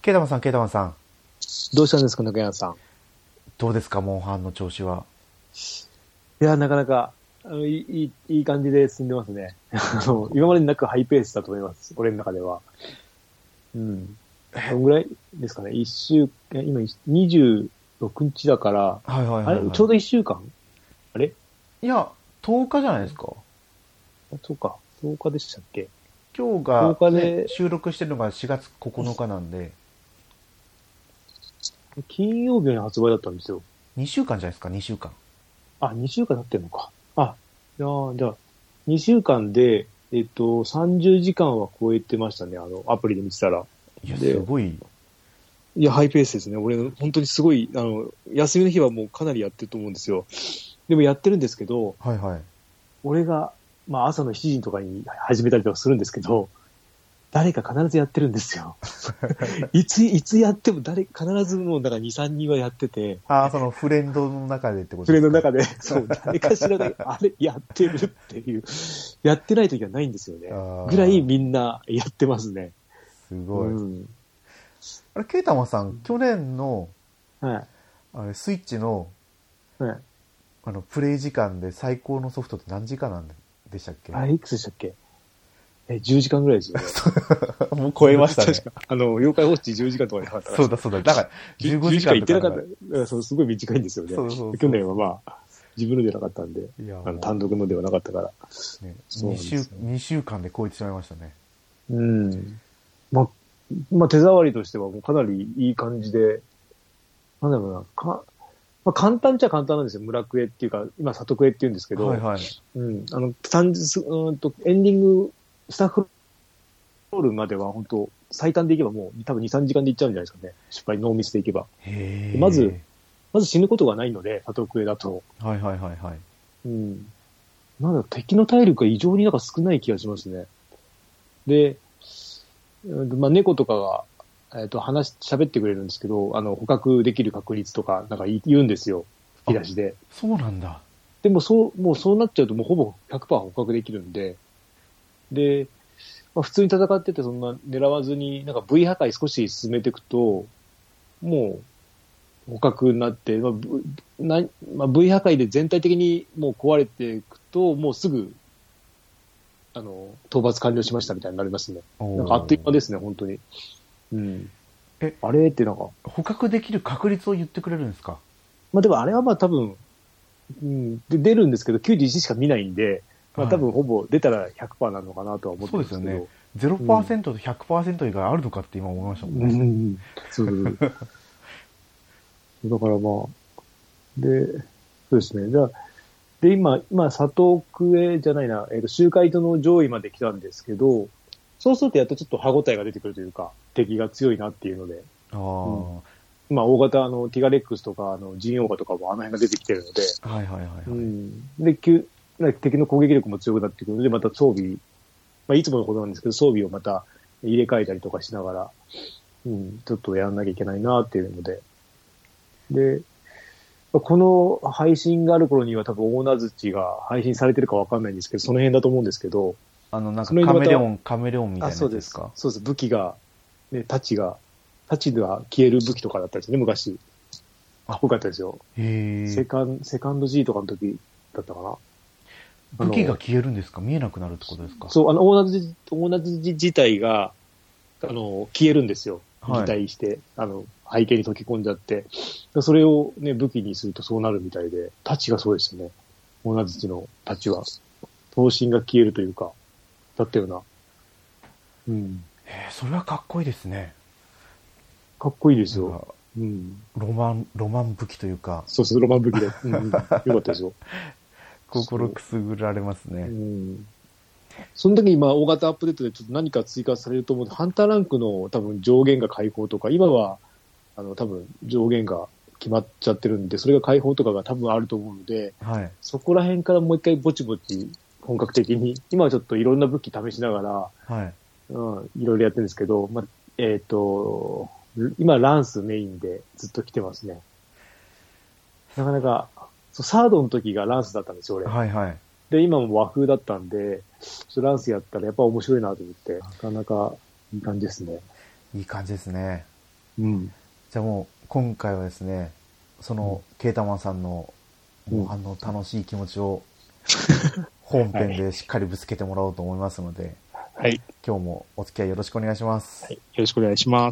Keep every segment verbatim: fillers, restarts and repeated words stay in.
ケイタマンさん、ケイタマンさん。 どうしたんですか、中山さん。 どうですか、モンハンの調子は。 いや、なかなか、あのいい、いい感じで進んでますね。あの今までになくハイペースだと思います。俺の中では。うん。どんぐらいですかね。一週、今、にじゅうろくにちだから、 はいはいはい、はい。 あれちょうど一週間あれいや、とおかじゃないですか。 そうか。とおかでしたっけ。 今日が、 とおかで、 ね、収録してるのがしがつここのかなんで。 金曜日に発売だったんですよ。 にしゅうかんじゃないですか、にしゅうかん。 あ、にしゅうかん経ってんのか。あ、いやじゃあ、にしゅうかんで、えっと、さんじゅうじかんは超えてましたね、あの、アプリで見てたら。 いや、すごい。 いや、ハイペースですね。俺、本当にすごい、あの、休みの日はもうかなりやってると思うんですよ。でもやってるんですけど、 はいはい。 俺が、まあ朝のしちじとかに始めたりとかするんですけど、誰か必ずやってるんですよ。いつ、いつやっても誰、必ずもうだからに、さんにんはやってて。 ああ、そのフレンドの中でってことですか。 フレンドの中で、そう、誰かしらが、あれ、やってるっていう、やってない時はないんですよね。ぐらいみんなやってますね。 すごい。うん、あれ、ケイタマさん、去年の、 はい。 あれ、スイッチの、 はい。 あの、プレイ時間で最高のソフトって何時間なんでしたっけ？ あれ、いくつでしたっけ？え、じゅうじかんぐらいですよね。 もう超えましたね。 確か。あの、妖怪ウォッチじゅうじかんとかでなかったから。 そうだそうだ。だから、じゅうごじかんとか。 じゅうじかん行ってなかった。そう、すごい短いんですよね。そうそうそう。去年はまあ、自分のでなかったんで、いやあの単独のではなかったから。 ね、2週、にしゅうかんで超えてしまいましたね。 うん。ま、まあ、手触りとしてはもうかなりいい感じで、なんだろうな、か、まあ、簡単っちゃ簡単なんですよ。村クエっていうか、今里クエって言うんですけど、はいはい。うん。あの、単純、うんと、エンディング、スタッフロールまでは本当最短でいけばもう多分に、さんじかんでいっちゃうんじゃないですかね。失敗、ノーミスでいけば。 へまず、まず死ぬことがないので、里クエだと。 はいはいはいはい。 うん。なんだろう、敵の体力が異常になんか少ない気がしますね。で、まあ、猫とかが、えっと、話、喋ってくれるんですけど、あの、捕獲できる確率とか、なんか言うんですよ。吹き出しで。 そうなんだ。 でもそう、もうそうなっちゃうともうほぼ ひゃくパーセント 捕獲できるんで、で、まあ、普通に戦っててそんな狙わずに、なんか V 破壊少し進めていくと、もう捕獲になって、まあなまあ、V 破壊で全体的にもう壊れていくと、もうすぐ、あの、討伐完了しましたみたいになりますね。なんかあっという間ですね、本当に。うん。え、あれってなんか。 捕獲できる確率を言ってくれるんですか？ まあでもあれはまあ多分、うん、で出るんですけど、きゅうじゅういちしか見ないんで、まあ多分ほぼ出たら ひゃくパーセント なのかなとは思ってますけど。そうですよね。 ゼロパーセント と ひゃくパーセント 以外あるのかって今思いましたもんね。うん、 そうそうそう。だからまあ、で、そうですね。じゃあ、で、今、今、佐藤クエじゃないな、えっ、ー、と、周回との上位まで来たんですけど、そうするとやっとちょっと歯応えが出てくるというか、敵が強いなっていうので。ああ。うん、まあ、大型、あの、ティガレックスとか、あの、ジンオーガとかもあの辺が出てきてるので。 はいはいはい、はい。うん。 で、敵の攻撃力も強くなってくるので、また装備、まあ、いつものことなんですけど、装備をまた入れ替えたりとかしながら、うん、ちょっとやらなきゃいけないなっていうので。で、この配信がある頃には多分大名槌が配信されてるかわかんないんですけど、その辺だと思うんですけど。 あの、なんかカメレオン、カメレオンみたいなやつですか？ そうです。武器が、ね、太刀が、太刀が消える武器とかだったんですね、昔。かっこよかったですよ。へセカン、セカンド G とかの時だったかな。 武器が消えるんですか？見えなくなるってことですか？ そう、あの、大名槌、大名槌自体が、あの、消えるんですよ。擬態して、はい、あの、背景に溶け込んじゃって。それをね、武器にするとそうなるみたいで、太刀がそうですよね。大名槌の太刀は。刀身が消えるというか、だったような。 うん。えー、それはかっこいいですね。 かっこいいですよ。うん。 ロマン、ロマン武器というか。 そうそう、ロマン武器で。うん、うん。よかったですよ。 心くすぐられますね。 うん。その時にまあ大型アップデートでちょっと何か追加されると思う。ハンターランクの多分上限が解放とか、今はあの多分上限が決まっちゃってるんで、それが解放とかが多分あると思うので、はい、そこら辺からもう一回ぼちぼち本格的に、今はちょっといろんな武器試しながら、はい、うん、いろいろやってるんですけど、まあ、えっと、今ランスメインでずっと来てますね。なかなか、そうサードの時がランスだったんですよ、俺。はいはい。で、今も和風だったんで、ランスやったらやっぱ面白いなと思って、なかなかいい感じですね。 いい感じですね。 うん。 じゃあもう、今回はですね、その、ケータマンさんの、 うんもうあの楽しい気持ちを、本編でしっかりぶつけてもらおうと思いますので、 はい。 今日もお付き合いよろしくお願いします。 はい。よろしくお願いします。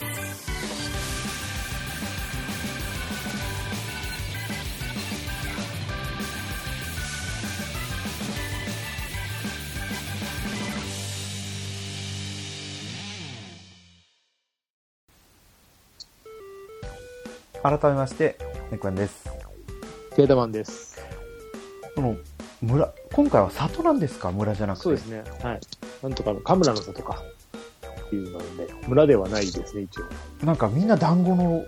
改めまして、ネクワンです。 ケータマンです。 その、村、今回は里なんですか？村じゃなくて。 そうですね。はい。なんとかの、神村の里か。っていうので、村ではないですね、一応。 なんかみんな団子の、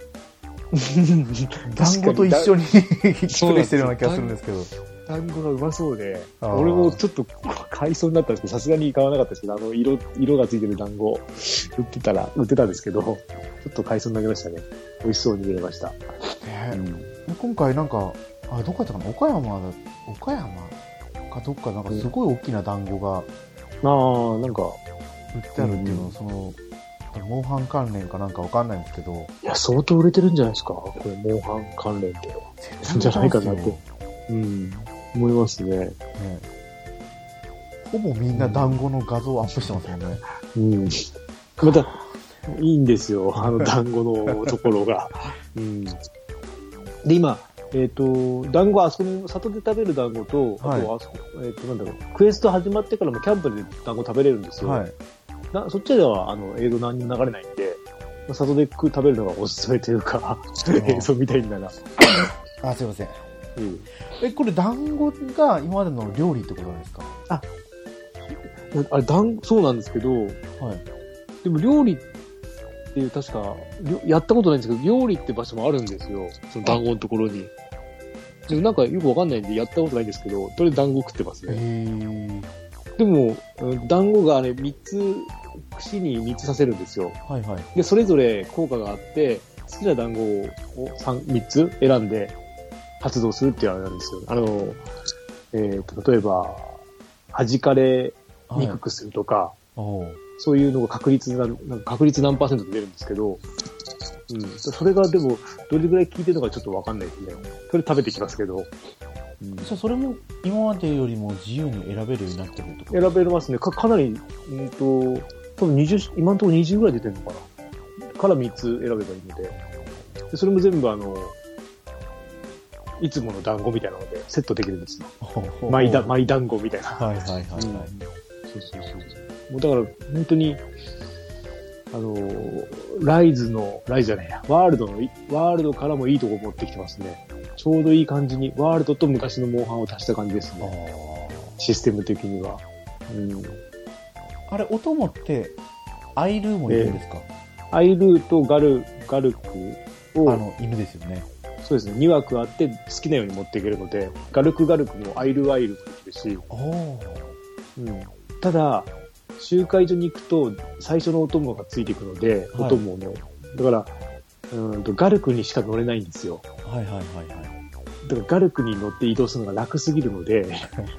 団子と一緒に一人してるような気がするんですけど。 団子がうまそうで、俺もちょっと買いそうになったんですけど、さすがに買わなかったですけど、あの、色、色がついてる団子、売ってたら、売ってたんですけど、ちょっと買いそうになりましたね。美味しそうに見えました。 えーうん、今回なんか、あ、どこやったかな、岡山、岡山かどっかなんかすごい大きな団子が、 うん、ああ、なんか、 売ってあるっていうのは、うん、その、モンハン関連かなんかわかんないんですけど。 いや、相当売れてるんじゃないですか、これ、モンハン関連って。じゃないかなって。うん、思いますね。ね、 ほぼみんな団子の画像をアップしてますもんね。 うん。また、いいんですよ、あの団子のところが。うん、で、今、えっ、ー、と、団子、あそこの里で食べる団子と、はい、あとあそこ、えっ、ー、と、なんだろう、クエスト始まってからもキャンプで団子食べれるんですよ。はい、なそっちでは、あの、映像何にも流れないんで、里で食べるのがおすすめというか、映像みたいなら。 あ、すいません。うん、え、これ団子が今までの料理ってことなんですか？ あ、あれ、団子、そうなんですけど、はい。でも料理っていう確か、やったことないんですけど、料理って場所もあるんですよ。その団子のところに。でもなんかよくわかんないんでやったことないんですけど、とりあえず団子食ってますね。へでも、団子がね、みっつ、串にみっつ刺せるんですよ。はいはい。で、それぞれ効果があって、好きな団子をみっつ選んで発動するっていうあれなんですよ。あの、えーと、例えば、弾かれにくくするとか、はい、そういうのが確率な、なんか確率何パーセントで出るんですけど、うん。それがでも、どれぐらい効いてるのかちょっとわかんないですね。それ食べてきますけど。 うん、じゃあそれも今までよりも自由に選べるようになってるってこと？ 選べますね。か、かなり、うんと、多分にじゅう、今のところにじゅうぐらい出てるのかな。からみっつ選べばいいので。でそれも全部あの、いつもの団子みたいなのでセットできるんですよ。マイだ、マイ団子みたいな。はいはいはい、はい、うん。そうそうそうそう。もうだから本当に、あの、ライズの、ライズじゃないや、ワールドの、ワールドからもいいとこ持ってきてますね。ちょうどいい感じに、ワールドと昔のモンハンを足した感じですね。システム的には。うん、 あれ、お供って、アイルーもいるんですか？ えー、アイルーとガル、ガルクを。 あの、犬ですよね。 そうですね。に枠あって好きなように持っていけるので、ガルクガルクもアイルアイルもできるし。うん、ただ、集会所に行くと最初のお供がついていくので、はい、お供の。だから、うんとガルクにしか乗れないんですよ。はいはいはいはい。だからガルクに乗って移動するのが楽すぎるので、う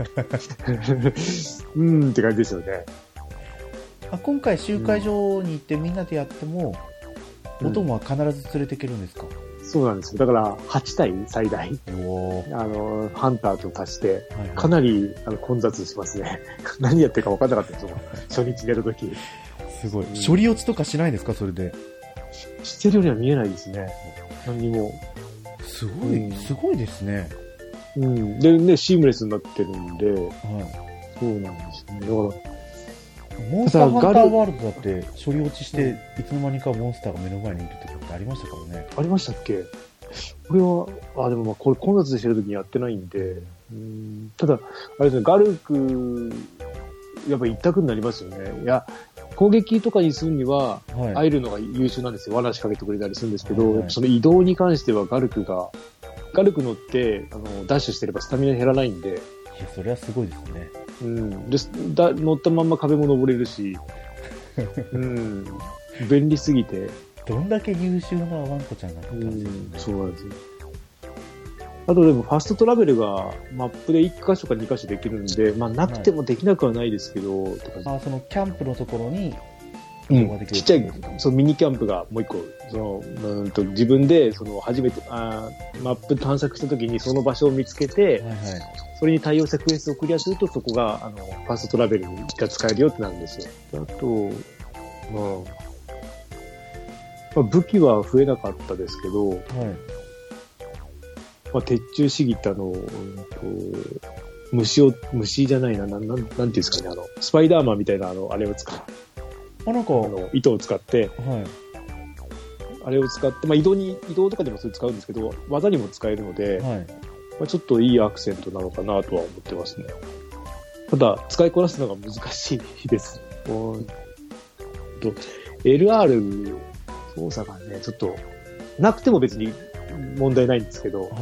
ーんって感じですよね。 あ、今回集会所に行ってみんなでやっても、うん、お供は必ず連れていけるんですか？ そうなんですよ。だからはち体最大。おあの、ハンターと足して、かなりあの混雑しますね。何やってるか分かんなかったですよ。初日寝るとき。 すごい、うん。処理落ちとかしないんですか、それで？ してるようには見えないですね。何にも。 すごい、うん、すごいですね。 うん。で、ね、シームレスになってるんで、はい、そうなんですね。だから、 モンスターハンターワールドだって処理落ちして、いつの間にかモンスターが目の前にいるってことってありましたからね。 ありましたっけ？これは、あ、でもまあこれ混雑してる時にやってないんで、うん、ただ、あれですね、ガルク、やっぱ一択になりますよね。いや、攻撃とかにするには、はい、アイルのが優秀なんですよ。罠仕掛けてくれたりするんですけど、はい、その移動に関してはガルクが、ガルク乗って、あの、ダッシュしてればスタミナ減らないんで。いや、 それはすごいですね。 うん。で、だ乗ったまんま壁も登れるし、うん。便利すぎて。 どんだけ優秀なワンコちゃんだったんですよね。 うん、そうなんですよ。あとでもファストトラベルがマップでいっ箇所かに箇所できるんで、まあなくてもできなくはないですけど、はい、 あ、そのキャンプのところに移動ができる、 ちっちゃい、そう、ミニキャンプがもう一個、その、うんと、自分で、その、初めて、あマップ探索した時にその場所を見つけて、はいはい、それに対応したクエストをクリアすると、そこが、あの、ファーストトラベルが使えるよってなるんですよ。あと、まあ、まあ、武器は増えなかったですけど、はい、まあ、鉄柱試技ってあの、うんと、虫を、虫じゃないな、なん、なん、なんていうんですかね、あの、スパイダーマンみたいな、あの、あれを使う。 あ、なんか、 あの、糸を使って、はい。あれを使って、まあ、移動に、移動とかでもそれ使うんですけど、技にも使えるので、はい。まあ、ちょっといいアクセントなのかなとは思ってますね。ただ、使いこなすのが難しいです。うんと、エルアール、操作がね、ちょっと、なくても別に問題ないんですけど、はい。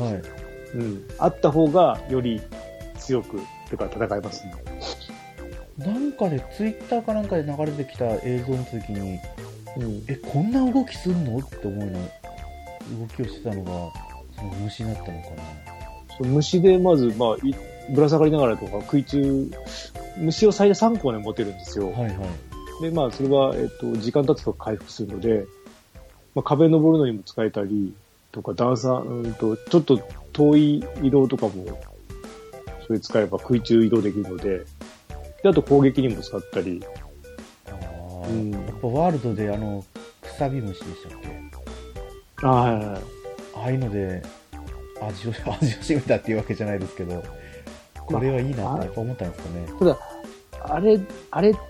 うん。あった方がより強く、とか戦えますね。 なんかで、ツイッターかなんかで流れてきた映像の時に、うん、え、こんな動きすんのって思いな動きをしてたのが、その虫になったのかな。 そう、虫でまず、まあ、ぶら下がりながらとか、空中、虫を最大さんこまで持てるんですよ。はいはい。で、まあ、それは、えっと、時間経つと回復するので、まあ、壁登るのにも使えたり、とか、段差、うんと、ちょっと遠い移動とかも、それ使えば空中移動できるので、で、あと攻撃にも使ったり。 ああ、うん、やっぱワールドであの、くさび虫でしたっけ？ ああ、はいはい。ああいうので、味を、味をしめたっていうわけじゃないですけど、これはいいなってやっぱ思ったんですかね。 ただ、あれ、あれって、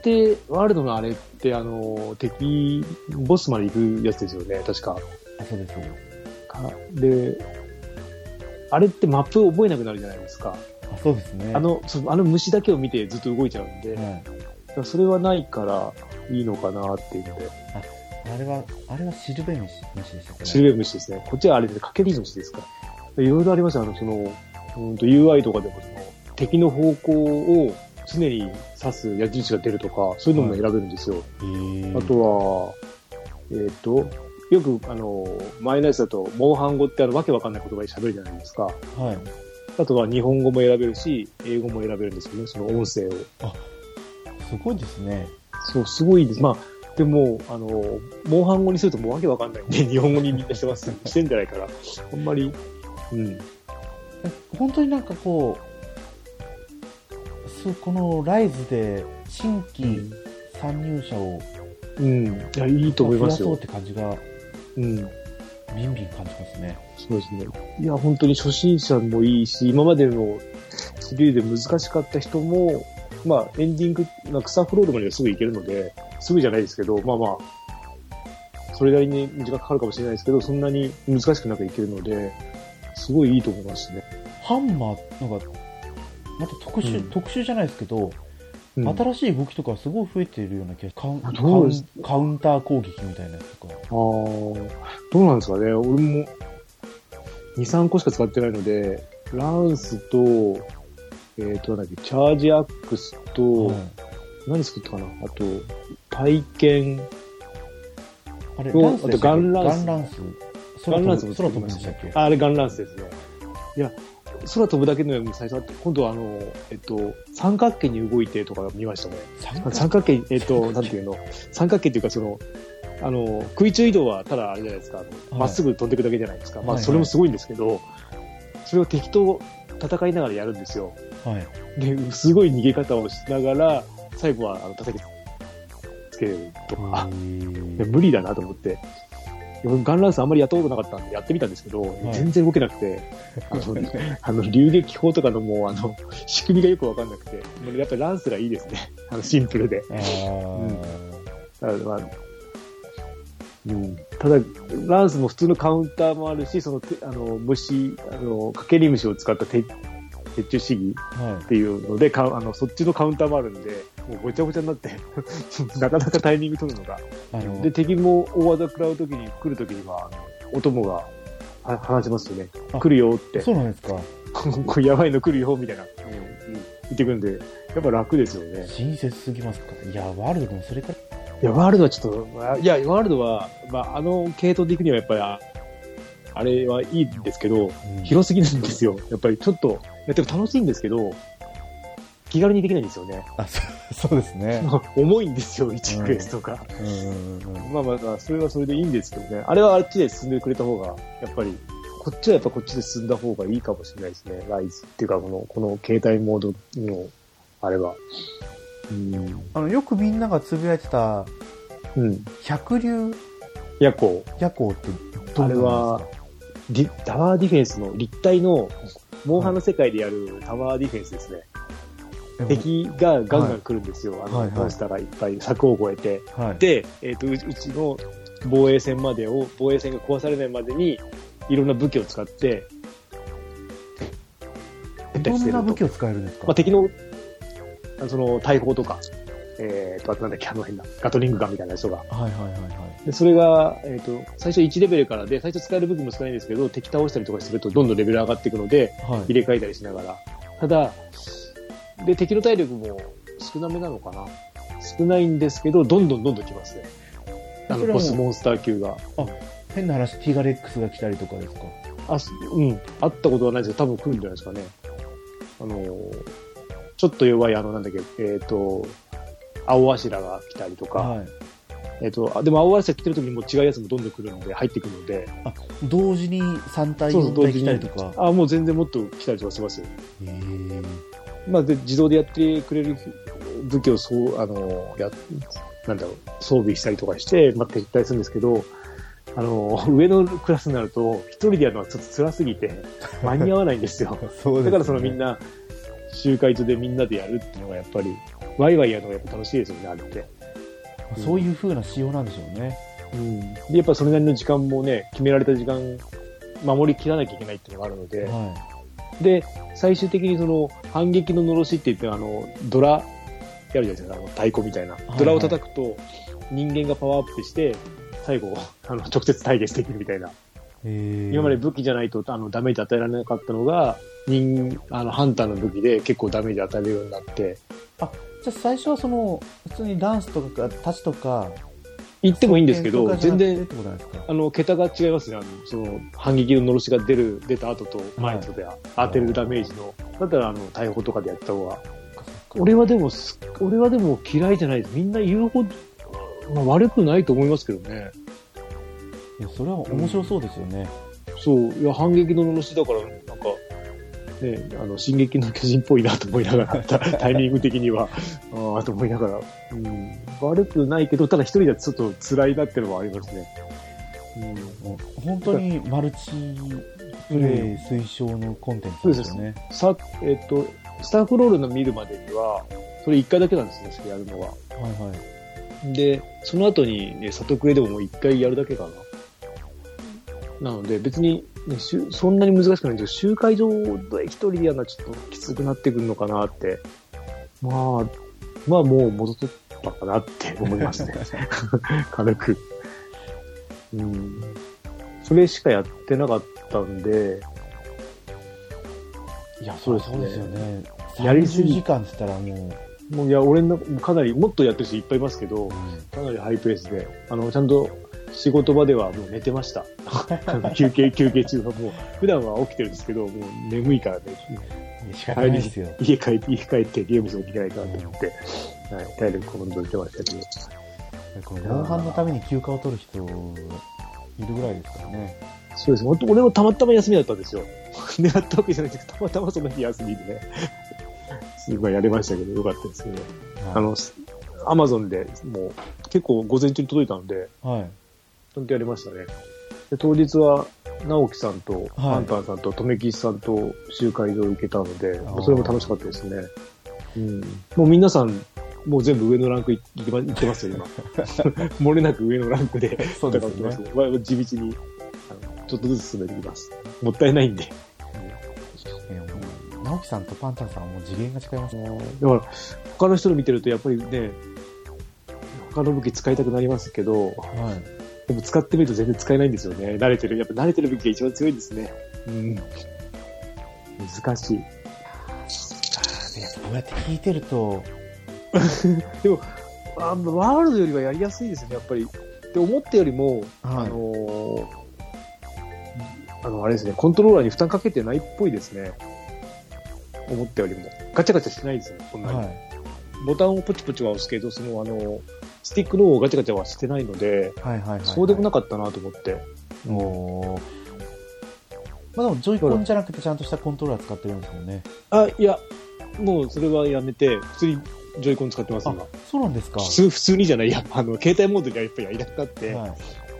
ワールドのあれって、あの、敵、ボスまで行くやつですよね、確か。 あ、そうです、そうです。 かで、あれってマップ覚えなくなるじゃないですか。 あ、そうですね。 あの、そあの虫だけを見てずっと動いちゃうんで、はい、だそれはないからいいのかなっていうので。 あ、あれは、あれはシルベ虫でしたっけね。 シルベ虫ですね。こっちはあれで、かけり虫ですか。いろいろありますよ。あの、その、うんと ユーアイ とかでもその、敵の方向を常に指す矢印が出るとか、そういうのも選べるんですよ。はい、あとは、えっ、ー、と、よく、あの、前のやつだと、モンハン語ってあの、わけわかんない言葉で喋るじゃないですか。はい。あとは日本語も選べるし、英語も選べるんですよね、その音声を。 あ、すごいですね。 そう、すごいです。まあ、でも、あの、モンハン語にするともうわけわかんないんで、日本語にみんなしてます、してんじゃないから。あんまり、うん。 本当になんかこう、そう、このライズで新規参入者を、 うん、いや、いいと思いますよ。 増やそうって感じが、うん。ビンビン感じますね。 そうですね。いや、本当に初心者もいいし、今までのシリーズで難しかった人も、まあ、エンディング、まあ、クサフロードまではすぐ行けるので、すぐじゃないですけど、まあまあ、それなりに時間かかるかもしれないですけど、そんなに難しくなくいけるので、すごいいいと思いますね。 ハンマー、なんか、また特殊、うん、特殊じゃないですけど、うん、新しい動きとかすごい増えているような気がカウン、カウン、カウンター攻撃みたいなやつとか。ああ、 どうなんですかね。俺もに、さんこしか使ってないので、ランスと、えっ、ー、と、なんだっけ、チャージアックスと、はい、何作ったかなあと、体験。 あれ、ランスあとガンランス。 ガンランス。 ガンランスも空飛ぶんでしたっけ？ あ、あれガンランスですね。いや、空飛ぶだけのように最初あって、今度はあの、えっと、三角形に動いてとか見ましたね。三角形、えっと、なんていうの、三角形っていうかその、あの、空中移動はただあれじゃないですか、ま、はい、っすぐ飛んでいくだけじゃないですか。まあ、それもすごいんですけど、はいはい、それを敵と戦いながらやるんですよ。はい。で、すごい逃げ方をしながら、最後はあの叩きつけるとか、無理だなと思って。ガンランスあんまりやったことなかったんでやってみたんですけど、はい、全然動けなくて、あの、あの流撃砲とかのもうあの、仕組みがよくわかんなくて、やっぱりランスがいいですね。あの、シンプルで。あうん、ただ、まあ、うん、ただ、ランスも普通のカウンターもあるし、その、あの、虫、あの、かけり虫を使った鉄鉄柱試技っていうので、はい、あの、そっちのカウンターもあるんで、もうごちゃごちゃになって、なかなかタイミング取るのが。あので、敵も大技食らうときに、来るときには、あの、お供が話しますよね。来るよって。 そうなんですか。 これやばいの来るよ、みたいな。うん、言ってくんで、やっぱ楽ですよね。 親切すぎますか。いや、ワールドもそれから。いや、ワールドはちょっと、いや、ワールドは、まあ、あの系統的にはやっぱり、あれはいいんですけど、うん、広すぎるんですよ。やっぱりちょっと、やっても楽しいんですけど、 気軽にできないんですよね。 あ、そそうですね。 重いんですよ、いちクエストが。 うんうんうん、 まあまあ、それはそれでいいんですけどね。あれはあっちで進んでくれた方が、やっぱり、こっちはやっぱこっちで進んだ方がいいかもしれないですね。ライズっていうか、この、この携帯モードの、あれは。 うん、あのよくみんながつぶやいてた、 うん。 百竜夜行。 夜行ってどうなんですか？あれは、 タワーディフェンスの立体の、モンハンの世界でやるタワーディフェンスですね。はい、敵がガンガン来るんですよ。はい、あの、はいはい、モンスターがいっぱい柵を越えて。はい、で、えっ、ー、とう、うちの防衛線までを、防衛線が壊されないまでに、いろんな武器を使って、 どんな武器を使えるんですか？ まあ、敵の、その、大砲とか、えっ、ー、と、あとなんだっけ、あの変な、ガトリングガンみたいな人が。 はいはいはいはい。 で、それが、えっ、ー、と、最初いちレベルからで、最初使える武器も少ないんですけど、敵倒したりとかするとどんどんレベル上がっていくので、はい、入れ替えたりしながら。ただ、で、敵の体力も少なめなのかな？少ないんですけど、どんどんどんどん来ますね。あの、ボスモンスター級が。 あ、変な話、ティガレックスが来たりとかですか？ あ、うん。会ったことはないですけど、多分来るんじゃないですかね。あのー、ちょっと弱い、あの、なんだっけ、えっ、ー、と、青柱が来たりとか、はい、えっ、ー、と、でも青柱来てる時にもう違うやつもどんどん来るので、入ってくるので。 あ、同時にさん体、よん体来たりとか。 あ、もう全然もっと来たりとかしますよ。 へー。 まあ、で、自動でやってくれる武器をそう、あの、や、なんだろう、装備したりとかして、まあ、撤退するんですけど、あの、上のクラスになると、一人でやるのはちょっと辛すぎて、間に合わないんですよ。そうですね。だからそのみんな、集会所でみんなでやるっていうのがやっぱり、ワイワイやるのがやっぱ楽しいですよね、あれって。 そういう風な仕様なんでしょうね。 うん。で、やっぱそれなりの時間もね、決められた時間、守り切らなきゃいけないっていうのがあるので、はい、で、最終的にその、反撃ののろしって言って、あの、ドラ、やるじゃないですか、あの、太鼓みたいな。ドラを叩くと、人間がパワーアップして、最後、あの、直接対決できるみたいな。今まで武器じゃないと、あの、ダメージ与えられなかったのが、人、あの、ハンターの武器で結構ダメージ与えるようになって。 あ、じゃあ最初はその、普通にダンスとか、タチとか、 言ってもいいんですけど、全然、あの、桁が違いますね。あの、その、反撃ののろしが出る、出た後と前とで当てるダメージの。だったら、あの、大砲とかでやった方が。俺はでも、俺はでも嫌いじゃないです。みんな言うほど、まあ、悪くないと思いますけどね。 いや、それは面白そうですよね。 うん、そう。いや、反撃ののろしだから、なんか、ね、あの、進撃の巨人っぽいなと思いながら、タイミング的には、ああ、と思いながら、うん、悪くないけど、ただ一人ではちょっと辛いなっていうのはありますね。 うん、本当にマルチプレイ推奨のコンテンツですよね。 うん、さ、えっと、スタークロールの見るまでには、それ一回だけなんですね、それやるのは。はいはい。で、その後にね、里クエでももう一回やるだけかな。なので、別に、ね、そんなに難しくないんですけど、集会場で一人でやるのはちょっときつくなってくるのかなって。まあ、まあもう戻ったかなって思いますね。軽く。うん。それしかやってなかったんで。 いや、そうですね。そうですよね。やりすぎ時間って言ったらもう。もういや、俺の、かなり、もっとやってる人いっぱいいますけど、うん、かなりハイペースで、あの、ちゃんと、仕事場ではもう寝てました。休憩、休憩中はもう、普段は起きてるんですけど、もう眠いからね。 仕方ないですよ。 家帰って、家帰ってゲームして起きないかと思って、うん、はい、体力コントロールしてましたけど。 このモンハンのために休暇を取る人、いるぐらいですからね。 そうです。俺もたまたま休みだったんですよ。狙ったわけじゃないけど、たまたまその日休みでね。すごいやれましたけど、よかったですけど、はい、あの、アマゾンでもう結構午前中に届いたので、はい。ちゃんとやりましたね。で、当日は、直樹さんと、ハンターさんと、とめきちさんと集会場行けたので、はい、それも楽しかったですね。うん。もう皆さん、もう全部上のランク行ってますよ、今。漏れなく上のランクで、そうですね。地道に、あの、ちょっとずつ進めていきます。もったいないんで。 うん、直樹さんとパンタンさんはもう次元が違いますね。 だから、他の人の見てると、やっぱりね、他の武器使いたくなりますけど、はい。でも使ってみると全然使えないんですよね。慣れてる。やっぱ慣れてる武器が一番強いですね。うん。難しい。 やっぱこうやって聞いてると。 でもあ、ワールドよりはやりやすいですね、やっぱり。で、思ったよりも、はい、あのー、あの、あれですね、コントローラーに負担かけてないっぽいですね。 思ったよりも。ガチャガチャしないですよ、そんなに。はい、ボタンをポチポチは押すけど、その、あの、スティックの方をガチャガチャはしてないので、はいはいはいはい、そうでもなかったなと思って。 おー。まあでも、ジョイコンじゃなくてちゃんとしたコントローラー使ってるんですもんね。 あ、いや、もうそれはやめて、普通にジョイコン使ってます、今。 そうなんですか。 普通、普通にじゃない、やあの、携帯モードでやっぱりやりたくなって、はい、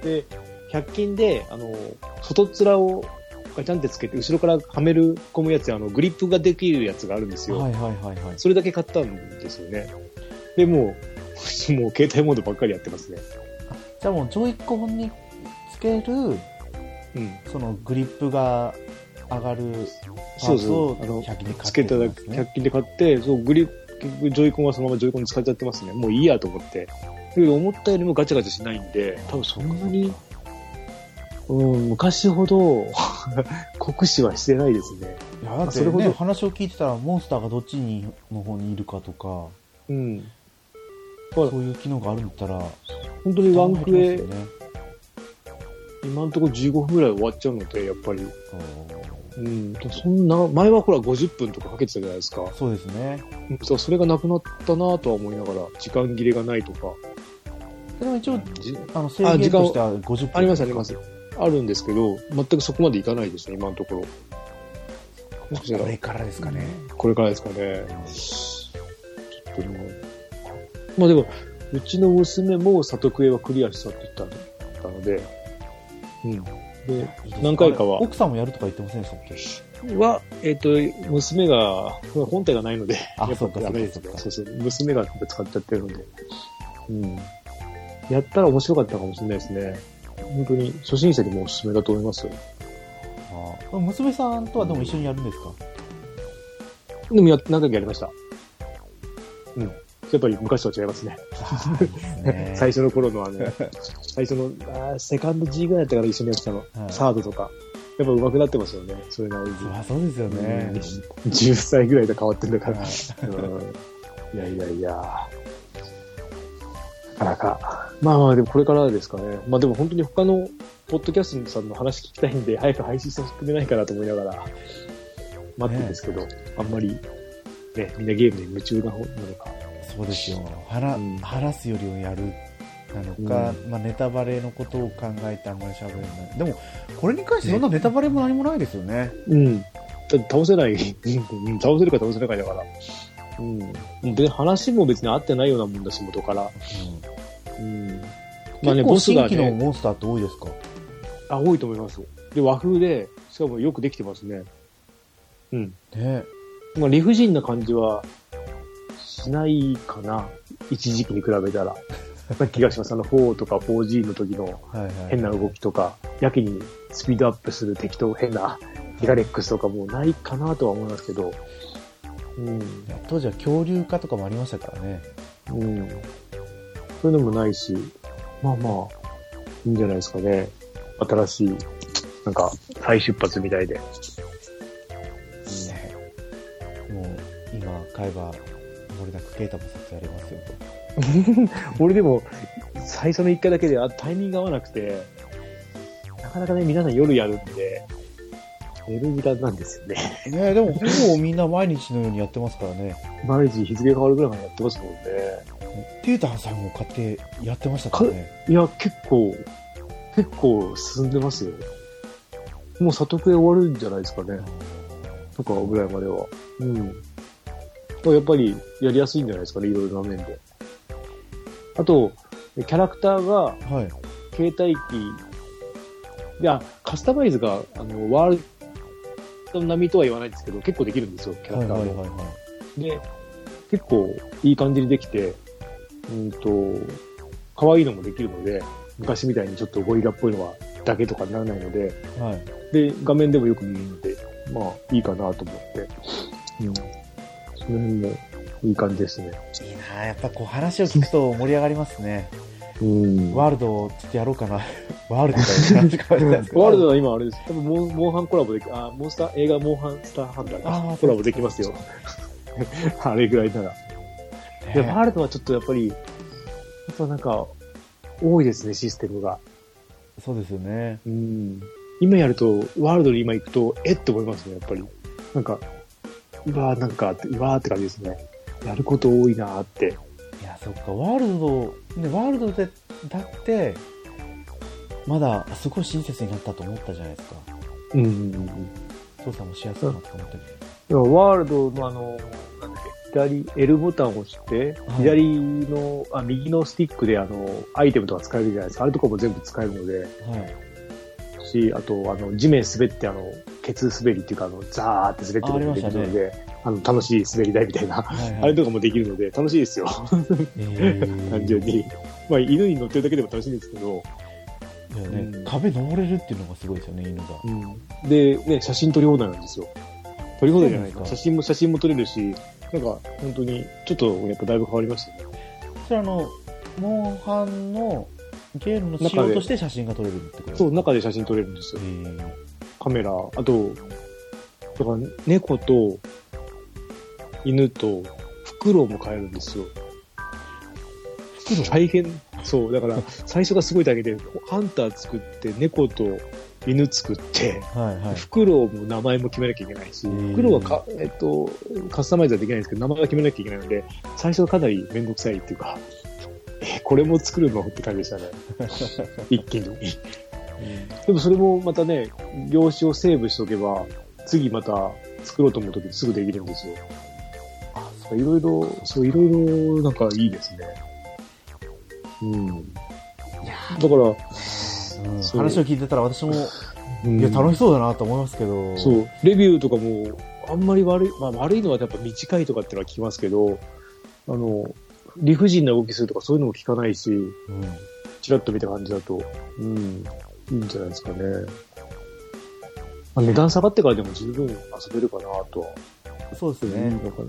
で、ひゃく均で、あの、外っ面をガチャンってつけて、後ろからはめる込むやつ、あの、グリップができるやつがあるんですよ。はいはいはいはい。それだけ買ったんですよね。で、もう、もう携帯モードばっかりやってますね。 じゃあもう、ジョイコンにつける、うん、そのグリップが上がるパーツをひゃく均で買って、ね、つけただけ、 ひゃく均で買って、そう、グリップ、ジョイコンはそのままジョイコンに使っちゃってますね。もういいやと思って。だけど思ったよりもガチャガチャしないんで、多分そんなに、うん、昔ほど酷使はしてないですね。 いや、だってね、それほど話を聞いてたらモンスターがどっちにの方にいるかとか、うん、そういう機能があるんだったら、 本当にワンクエ、ね、今のところじゅうごふんぐらい終わっちゃうので、やっぱり。うん、そんな、前はほらごじゅっぷんとかかけてたじゃないですか。 そうですね。 そう、それがなくなったなとは思いながら、時間切れがないとか。 でも一応、あの制限としてはごじゅっぷん。 ありますあります。あるんですけど、全くそこまでいかないですね、今のところ。 これからですかね。 これからですかね。ちょっとでも、まあでも、うちの娘も里クエはクリアしたって言ったので、うん。で、何回かは。 奥さんもやるとか言ってませんでしたっけ？ は、えっと、娘が、本体がないので、 あ、 やっぱダメですね。そうそう、娘が使っちゃってるので。うん。やったら面白かったかもしれないですね。本当に初心者にもおすすめだと思いますよ。 ああ、娘さんとはでも一緒にやるんですか？ でもや何回かやりました。うん。やっぱり昔とは違いますね。ね最初の頃のあの、最初のあセカンド G ぐらいだったから一緒にやってたの、はい、サードとか。やっぱ上手くなってますよね。それなりに。 あ、そうですよね。 うん、じゅっさいぐらいで変わってんだから。はい、うん、いやいやいや。なかなか。まあまあ、でもこれからですかね。まあでも本当に他のポッドキャストさんの話聞きたいんで、早く配信してくれないかなと思いながら、待ってるんですけど、ね、あんまり、ね、みんなゲームに夢中なのか。 そうですよ。話、うん、話すよりもやるなのか、うん、まあネタバレのことを考えてあんまり喋れない。でも、これに関してそんなネタバレも何もないですよね。 うん。だって倒せない、倒せるか倒せないかだから。うん。で、話も別に合ってないようなもんだし、元から。うん。うん、 まあね、ボスがね。新規のモンスターって多いですか？ あ、多いと思います。で、和風で、しかもよくできてますね。うん。ね。まあ理不尽な感じはしないかな。一時期に比べたら。な気がします。あのフォーとか フォージー の時の変な動きとか、はいはい、やけにスピードアップする敵と変なギガレックスとかもないかなとは思いますけど。 うん、当時は恐竜化とかもありましたからね。 うん。そういうのもないし、まあまあ、いいんじゃないですかね。新しい、なんか、再出発みたいで。 うん、もう、今、買えば、漏れなくケータも撮影ありますよと。 俺でも、最初の一回だけであタイミング合わなくて、なかなかね、皆さん夜やるんで、寝る時間なんですよね。 ねえ、でもほぼみんな毎日のようにやってますからね。 毎日日付変わるぐらいまでやってますもんね。 テータンさんも買ってやってましたからね。 いや、結構、結構進んでますよ。もう里クエ終わるんじゃないですかね。とかぐらいまでは。うん。やっぱりやりやすいんじゃないですかね、いろいろな面で。あと、キャラクターが、はい、携帯機、いや、カスタマイズが、あの、ワールド並みとは言わないんですけど、結構できるんですよ、キャラクターも。はいはいはいはい、で、結構いい感じにできて、うんと、可愛いのもできるので、昔みたいにちょっとゴリラっぽいのはだけとかにならないので、はい、で、画面でもよく見るので、まあ、いいかなと思って、うん。その辺もいい感じですね。 いいなぁ、やっぱこう話を聞くと盛り上がりますね。うん、ワールドちょっとやろうかな。ワールドかなって感じですか。 ワールドは今あれです。多分モン、モンハンコラボでき、あ、モンスター、映画モンハンスターハンターがコラボできますよ。あれぐらいなら。で、ワールドはちょっとやっぱり、やっぱなんか、多いですね、システムが。 そうですよね。 うん。今やると、ワールドに今行くと、えって思いますね、やっぱり。なんか、 うわーなんか、うわーって感じですね。やること多いなーって。 いや、そっか、ワールド、ね、ワールドで、だって、まだ、すごい親切になったと思ったじゃないですか。 うんうんうん。 操作もしやすくなったと思ったけど。ワールドのあの、なんだっけ、左、L ボタンを押して、はい、左の、あ、右のスティックであの、アイテムとか使えるじゃないですか。あれとかも全部使えるので。はい。し、あと、あの、地面滑ってあの、ケツ滑りっていうか、あの、ザーって滑ってるのができるので、あ, あの、楽しい滑り台みたいな、はいはい、あれとかもできるので、楽しいですよ。単純に。まあ、犬に乗ってるだけでも楽しいんですけど、 いやね、うん、壁登れるっていうのがすごいですよね、犬が。 うん、で、ね、写真撮り放題なんですよ。撮り放題じゃないか。写真も、写真も撮れるし、なんか、本当に、ちょっと、やっぱだいぶ変わりましたね。 それあの、モンハンのゲームの仕様として写真が撮れるってことですか？ そう、中で写真撮れるんですよ。カメラ、あと、だから猫と犬とフクロウも飼えるんですよ。フクロウ大変。そう、だから最初がすごい大変で、ハンター作って、猫と犬作って、はいはい、フクロウも名前も決めなきゃいけないし、フクロウはか、えっと、カスタマイズはできないんですけど、名前は決めなきゃいけないので、最初はかなりめんどくさいっていうか、え、これも作るのって感じでしたね。一気に。でもそれもまたね、用紙をセーブしておけば、次また作ろうと思うときにすぐできるんですよ。あ、いろいろ、そう、いろいろなんかいいですね。うん。いやだから、うん、 話を聞いてたら私も、うん、いや、楽しそうだなと思いますけど。 そう、レビューとかも、あんまり悪い、まあ悪いのはやっぱ短いとかっていうのは聞きますけど、あの、理不尽な動きするとかそういうのも聞かないし、うん、チラッと見た感じだと、うん、いいんじゃないですかね。まあ、値段下がってからでも十分遊べるかなとは。 そうですね。 うん。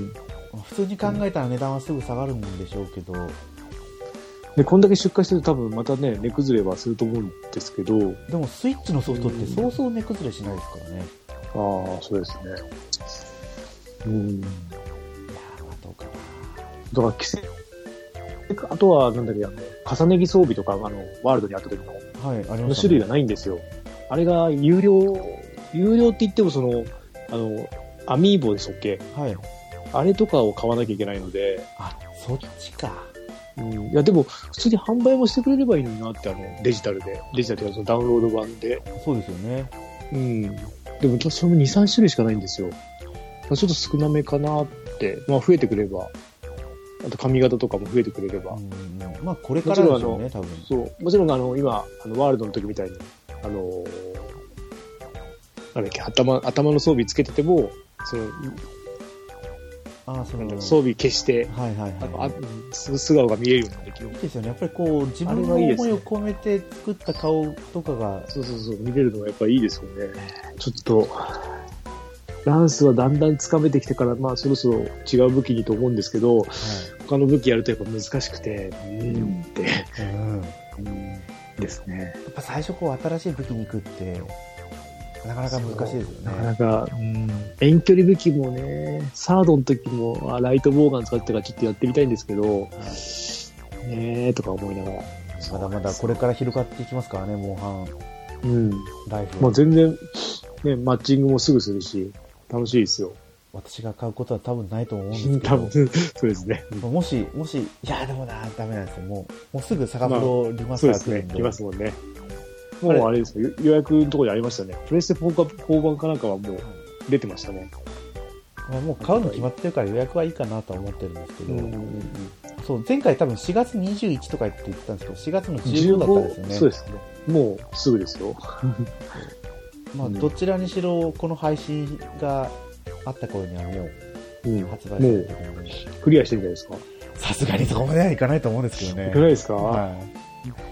普通に考えたら値段はすぐ下がるんでしょうけど。 で、こんだけ出荷してると多分またね、値崩れはすると思うんですけど。 でもスイッチのソフトってそうそう値崩れしないですからね。 ああ、そうですね。うん。いやー、まあどうかな。 だから規制。あとは、なんだっけ、あの、重ね着装備とか、あの、ワールドにあった時の、はい、ありましたね。種類がないんですよ。あれが有料、有料って言ってもその、あの、アミーボでしたっけ？はい。あれとかを買わなきゃいけないので。 あ、そっちか。 うん。いや、でも、普通に販売もしてくれればいいのになって、あの、デジタルで。デジタルというか、そのダウンロード版で。 そうですよね。 うん。でも、それもに、さん種類しかないんですよ。ちょっと少なめかなって。まあ、増えてくれば。あと髪型とかも増えてくれれば。うん、 まあ、これからでしょうね、多分。 そう。もちろん、あの、今、あの、ワールドの時みたいに、あのー、なんだっけ、頭、頭の装備つけてても、その、 あその装備消して、 はいはいはい、 あ素顔が見えるようにできる。 いいですよね。やっぱりこう、自分の思いを込めて作った顔とかが。 そうそうそう、見れるのがやっぱりいいですよね。ちょっと、ランスはだんだんつかめてきてから、まあそろそろ違う武器にと思うんですけど、はい、他の武器やるとやっぱ難しくて、うーんって、うん、うん、ですね。 やっぱ最初こう新しい武器に行くって、なかなか難しいですよね。 なかなか、うん、遠距離武器もね、サードの時もあライトボウガン使ってからちょっとやってみたいんですけど、はい、ねえとか思いながら。 まだまだこれから広がっていきますからね、モンハン。うん。ライフ。 もう全然、ね、マッチングもすぐするし、楽しいですよ。 私が買うことは多分ないと思うんですけど。 多分、そうですね。 もし、もし、いやでもな、ダメなんですよ。もう、もうすぐサガプロリマスター来るんで。 まあ、そうですね。来ますもんね。もうあれですよ、予約のところにありましたね。プレステフォー版かなんかはもう出てましたね。 まあ、もう買うの決まってるから予約はいいかなとは思ってるんですけど、うんうんうん、そう前回多分しがつにじゅういちとかって言ってたんですけど、しがつのじゅうごだったんですよね。 そうですね。もうすぐですよ。 まあどちらにしろこの配信があった頃にはもう発売されてるので、うん、もうクリアしてるんじゃないですか。 さすがにそこまではいかないと思うんですけどね。 いかないですか。 はい。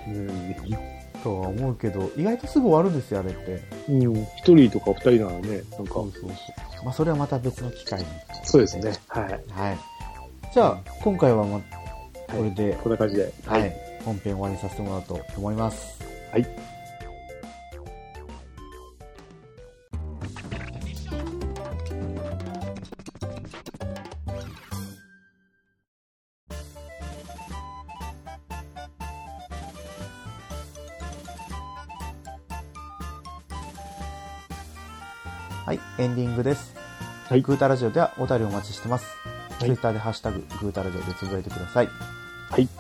うんとは思うけど、意外とすぐ終わるんですよ、あれって。 うん。一人とか二人ならね、なんか。そうそうそう。 まあ、それはまた別の機会に。 そうですね。はい。 はい。じゃあ、今回はま、これで、はい、 こんな感じで、 はい、はい。本編終わりにさせてもらおうと思います。 はい。 はい、エンディングです。 はいグータラジオではお便りお待ちしてます。 はい、 ツイッターでハッシュタググータラジオでつぶやいてください。 はい。い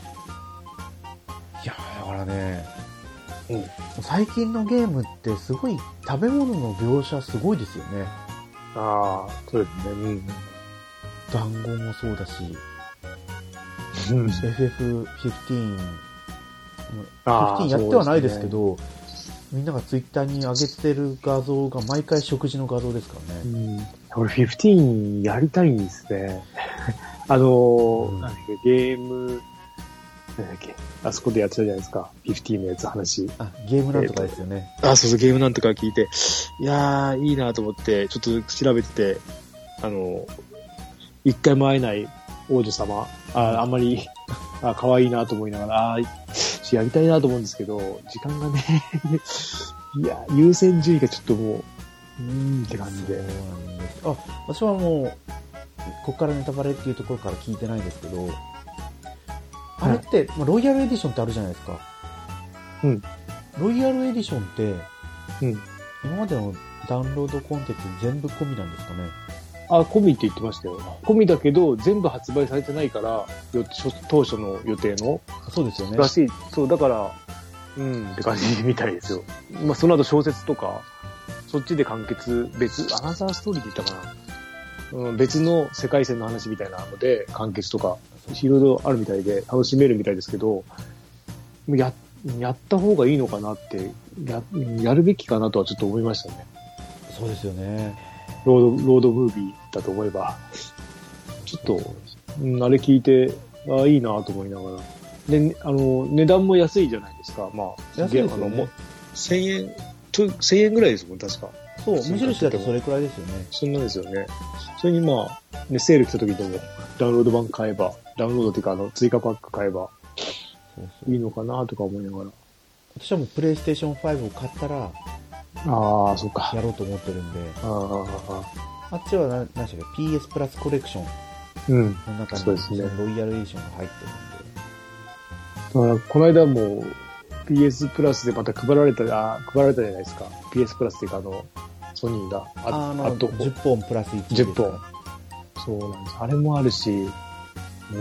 やーだからね、 うん、 最近のゲームってすごい食べ物の描写すごいですよね。 ああ、そうですね。うん。 団子もそうだし、 うん、 エフエフじゅうご、じゅうごあやってはないですけど、みんながツイッターに上げてる画像が毎回食事の画像ですからね。 うん、俺じゅうごやりたいんですね。あのー、うん、なんだっけ、ゲーム、なんだっけ、あそこでやってたじゃないですか。じゅうごのやつ話。 あ、ゲームなんとかですよね。 えー、あ、そうそう、ゲームなんとか聞いて、いやー、いいなと思って、ちょっと調べてて、あのー、一回も会えない王女様、あ、あんまり、あ、可愛いなと思いながら、あ、やりたいなと思うんですけど、時間がね、いや、優先順位がちょっともう、うーんって感じで。そうなんです。 あ、私はもう、ここからネタバレっていうところから聞いてないんですけど、あれって、まあ、ロイヤルエディションってあるじゃないですか。 うん。 ロイヤルエディションって、 うん。 今までのダウンロードコンテンツ全部込みなんですかね。 あ、込みって言ってましたよ。込みだけど、全部発売されてないから、よ当初の予定の。 そうですよね。 らしい。そう、だから、うんって感じみたいですよ。まあ、その後小説とか、そっちで完結、別、アナザーストーリーって言ったかな。うん、別の世界線の話みたいなので、完結とか、いろいろあるみたいで、楽しめるみたいですけど、や、やった方がいいのかなって、や、やるべきかなとはちょっと思いましたね。 そうですよね。 ロード、ロードムービーだと思えば、ちょっと、うん、あれ聞いて、あいいなと思いながら。で、あの、値段も安いじゃないですか。まあ、 安いですよね。 あのもせんえん、ちょ、せんえんぐらいですもん、確か。 そう、無印だとそれくらいですよね。 そんなんですよね。それにまあ、ね、セール来た時でも、ダウンロード版買えば、ダウンロードっていうか、あの、追加パック買えば、そうそういいのかなとか思いながら。 私はもうプレイステーションファイブを買ったら、 ああ、そうか。 やろうと思ってるんで。 ああ、あっちは何でしたっけ ?ピーエス プラスコレクション。 うん。 の中に、 そうですね。 ロイヤルエディションが入ってるんで。だから、この間も、ピーエス プラスでまた配られた、あ、配られたじゃないですか。ピーエス プラスっていうか、あの、ソニーが。 あ、あの、あとじゅっぽんプラスいち。 じゅっぽん。そうなんです。あれもあるし、うん。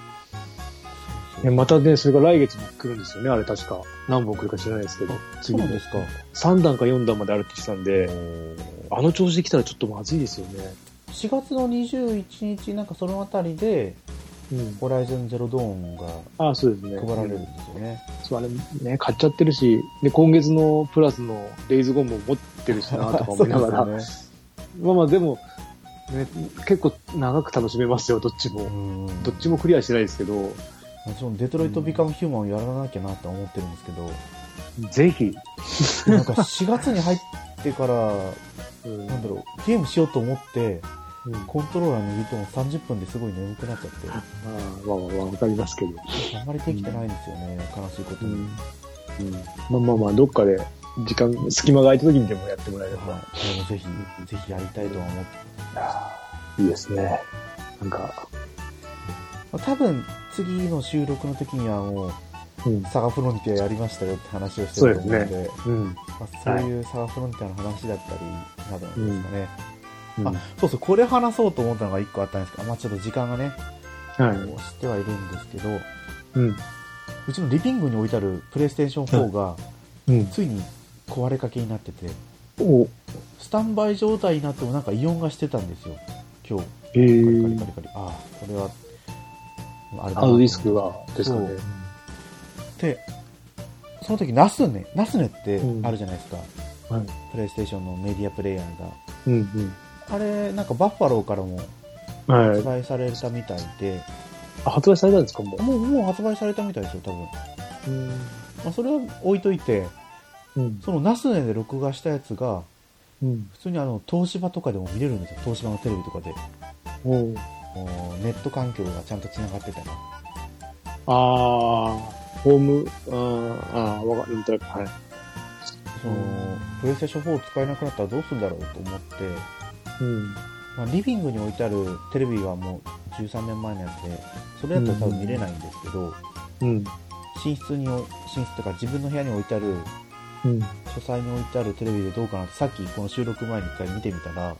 またね、それが来月も来るんですよね、あれ確か。何本来るか知らないですけど。 次そうなんですか。 さんだんかよんだんまであるって言ってたんで、あの調子で来たらちょっとまずいですよね。 しがつのにじゅういちにち、なんかそのあたりで、うん、ホライズンゼロドーンがあそうですね配られるんですよね。 そう、あれね、買っちゃってるし、で、今月のプラスのレイズゴムを持ってるしなとか思いながら。ね、まあまあでも、ね、結構長く楽しめますよ、どっちも。どっちもクリアしてないですけど。 そのデトロイト・ビカム・ヒューマンをやらなきゃなって思ってるんですけど。 ぜひ。 なんかしがつに入ってから、うん、なんだろう、ゲームしようと思って、うん、コントローラー握ってもさんじゅっぷんですごい眠くなっちゃって。ああ、まあまあわかりますけど。 あんまりできてないんですよね、うん、悲しいことに。うんうん、まあまあまあ、どっかで時間、隙間が空いた時にでもやってもらえれば。はい、 でもぜひ、ぜひやりたいとは思って。 ああ、いいですね。なんか、 多分次の収録の時にはもう、うん、サガフロンティアやりましたよって話をしてると思うので、そうですね。うん。まあ、そういうサガフロンティアの話だったりなどなんですかね。うんうん、あ、そうそう、これ話そうと思ったのが一個あったんですけど、まあちょっと時間がね、はい。してはいるんですけど、うん。うちのリビングに置いてあるプレイステーションフォーが、うん、ついに壊れかけになってて、おスタンバイ状態になってもなんか異音がしてたんですよ、今日。えー、カリカリカリカリ。ああ、これは、 あれハードディスクがですかね。 で、その時ナスネ、ナスネってあるじゃないですか。うん、はい。プレイステーションのメディアプレイヤーが。うんうん。あれ、なんかバッファローからも発売されたみたいで。はい、 あ、発売されたんですかもう。 もう、もう発売されたみたいですよ、多分。うん。まあ、それは置いといて、うん、そのナスネで録画したやつが、うん、普通にあの、東芝とかでも見れるんですよ、東芝のテレビとかで。おうネット環境がちゃんと繋がってたら。 あー、ホーム、あー、わかる、はい。 その、プレイステーションフォー使えなくなったらどうするんだろうと思って、うん。まあ、リビングに置いてあるテレビはもうじゅうさんねんまえのやつで、それだと多分見れないんですけど、うん。寝室に、寝室とか自分の部屋に置いてある、うん。書斎に置いてあるテレビでどうかなって、さっきこの収録前に一回見てみたら、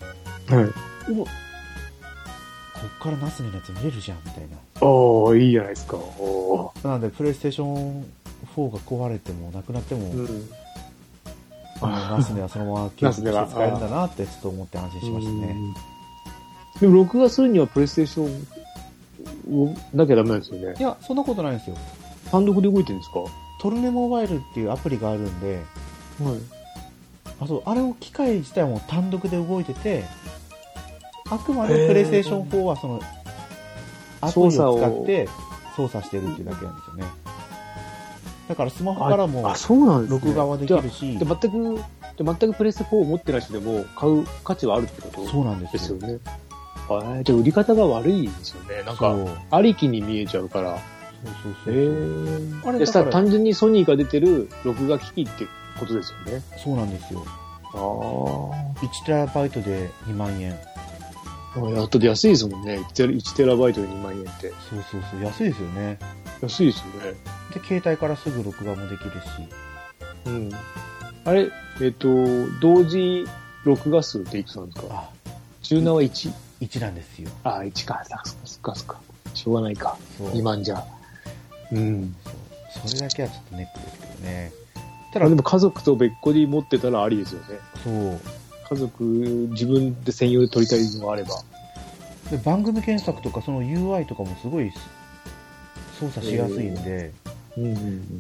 はい。 うわ、こっからナスネのやつ見れるじゃんみたいな。 おー、いいじゃないですか。おー。なのでプレイステーションフォーが壊れてもなくなっても、うん、あのナスネはそのまま継続して使えるんだなってちょっと思って安心しましたね。 でも録画するにはプレイステーションをなきゃダメなんですよね。 いや、そんなことないんですよ。 単独で動いてるんですか？ トルネモバイルっていうアプリがあるんで、はい。あと、あれを機械自体も単独で動いてて、あくまでプレイステーションフォーはその、アプリを使って操作してるっていうだけなんですよね。だからスマホからも録画はできるし。 で全く、で全くプレイステフォーを持ってない人でも買う価値はあるってことそうなんですよね。あじゃあ売り方が悪いんですよね。なんか、ありきに見えちゃうから。そうそうそう。へー。あれだから単純にソニーが出てる録画機器ってことですよね。 そうなんですよ。ああ。いちテラバイトでにまんえん。 あやっとで安いですもんね。いちテラバイトでにまんえんって。 そうそうそう。安いですよね。 安いですよね。 で、携帯からすぐ録画もできるし。 うん。あれ、えっと、同時録画数っていくつなんですか？あ、チューナーはいち。 いちなんですよ。 ああ、いちか。そっかそっかそっか。しょうがないか。にまんじゃ。うん。 そう。それだけはちょっとネックですけどね。 ただでも家族と別個に持ってたらありですよね。 そう。 家族、自分で専用で撮りたいのがあれば。 で番組検索とかその ユーアイ とかもすごい操作しやすいんで、えーうんうんうん、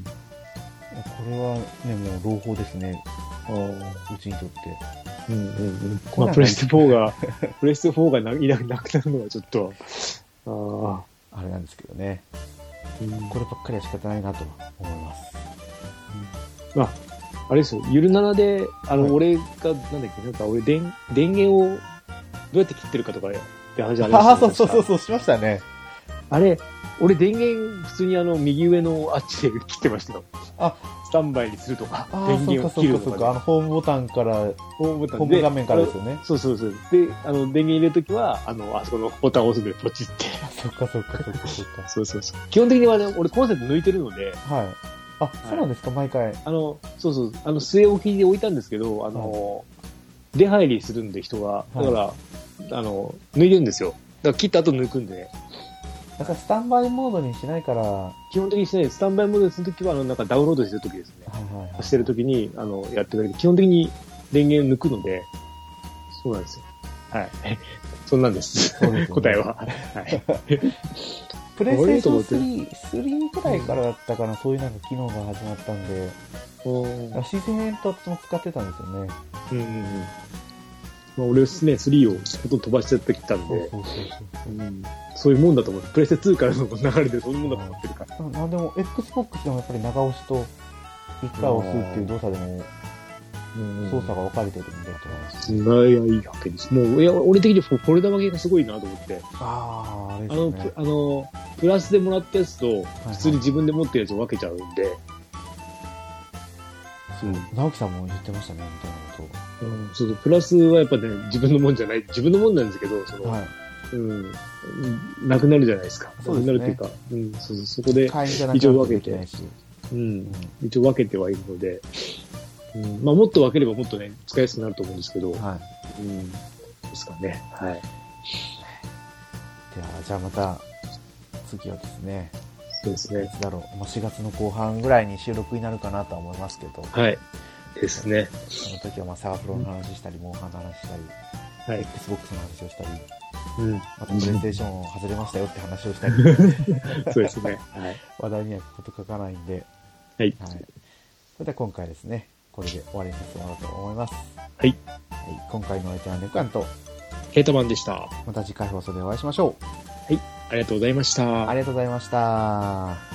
これはね、もう朗報ですね。あうちにとって。 うんうんうん。まあ、プレステフォーが、プレステフォーがないなくなるのはちょっと、 ああれなんですけどね。うん、こればっかりは仕方ないなと思います。 うん、まあ、あれですよ、ゆるななで、あの、はい、俺が、なんだっけ、なんか俺電、電源をどうやって切ってるかとかって話ありましたね。 ああ、そうそうそうそう、しましたね。 あれ、俺電源普通にあの、右上のあっちで切ってましたよ。あ、スタンバイにするとか、電源を切るとか、ね。そうかそうかそうか、あの、 ホームボタンから、ホームボタンホーム画面からですよね。 そうそうそう。で、あの、電源入れるときは、あの、あそこのボタンを押すでポチって。 そっかそっかそっかそっか。 そうそうそう。基本的にはね、俺コンセント抜いてるので、 はい。あ、そうなんですか、はい、毎回。 あの、そうそう、あの、据え置きで置いたんですけど、あの、はい、出入りするんで人が、だから、はい、あの、抜いてるんですよ。だから切った後抜くんで。 だからスタンバイモードにしないから。 基本的にしないです。スタンバイモードにするときは、あの、なんかダウンロードしてるときですね。はいはいはい。してるときに、あの、やってるけど、基本的に電源抜くので、そうなんですよ。はい。そんなんです。そうですね、答えは。はい。 プレイステーションスリー、スリーくらいからだったかな、そういうなんか機能が始まったんで、自然と私も使ってたんですよね。うんうんうん。 まあ、俺ですね、スリーをほとんど飛ばしちゃってきたんで、そうそうそうそう、うん、そういうもんだと思う。プレイステツーからの流れでそういうもんだと思ってるから。 なんでも、Xbox でもやっぱり長押しと一回押すっていう動作でも、操作が分かれてるんで、 すごいいいわけです。もう、いや、俺的にフォルダ分けがすごいなと思って。 ああ、あれですね。あの、あの、プラスでもらったやつと、普通に自分で持ってるやつを分けちゃうんで。はいはい、 そう、直樹さんも言ってましたね、みたいなことを。 うん、そうそう、プラスはやっぱね、自分のもんじゃない、自分のもんなんですけど、その、はい、うん、なくなるじゃないですか。そうですね。なくなるっていうか、うん、そうそう、そこで、一応分けて、うん、うん、一応分けてはいるので、うん、まあもっと分ければもっとね、使いやすくなると思うんですけど、はい。うん。ですかね。はい。では、 じゃあまた、次はですね、 そうですね。 いつだろう、もうしがつの後半ぐらいに収録になるかなとは思いますけど、 はい。ですね。 その時はまあサガフロの話したり、モンハンの話したり、はい。Xbox の話をしたり、うん。またプレイステーションを外れましたよって話をしたり、 そうですね。はい。 話題にはこと書かないんで、 はい。はい。 それでは今回ですね、これで終わりにさせてもらおうと思います。 はい。はい、 今回の相手はネコヤンと、 ケータマンでした。 また次回放送でお会いしましょう。 はい。ありがとうございました。 ありがとうございました。